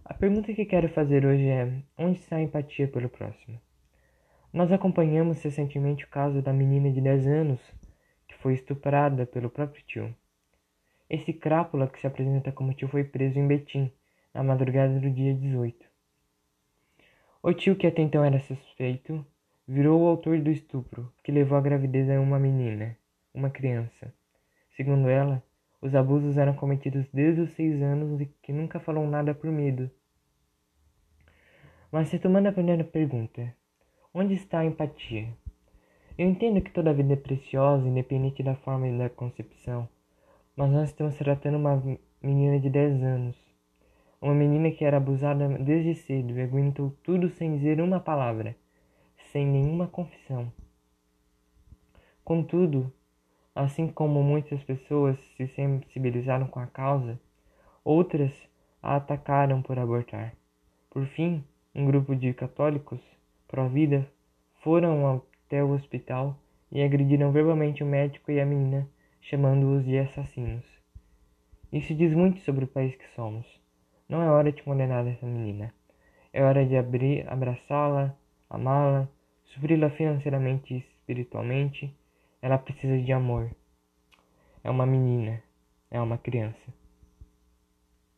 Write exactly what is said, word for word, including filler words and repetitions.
A pergunta que quero fazer hoje é: onde está a empatia pelo próximo? Nós acompanhamos recentemente o caso da menina de dez anos que foi estuprada pelo próprio tio. Esse crápula que se apresenta como tio foi preso em Betim, na madrugada do dia dezoito. O tio, que até então era suspeito, virou o autor do estupro, que levou à gravidez a uma menina, uma criança. Segundo ela, os abusos eram cometidos desde os seis anos e que nunca falou nada por medo. Mas retomando a primeira pergunta, onde está a empatia? Eu entendo que toda vida é preciosa, independente da forma da concepção, mas nós estamos tratando uma menina de dez anos. Uma menina que era abusada desde cedo e aguentou tudo sem dizer uma palavra, sem nenhuma confissão. Contudo, assim como muitas pessoas se sensibilizaram com a causa, outras a atacaram por abortar. Por fim, um grupo de católicos pró-vida foram até o hospital e agrediram verbalmente o médico e a menina, chamando-os de assassinos. Isso diz muito sobre o país que somos. Não é hora de condenar essa menina. É hora de abrir, abraçá-la, amá-la, supri-la financeiramente e espiritualmente. Ela precisa de amor. É uma menina. É uma criança.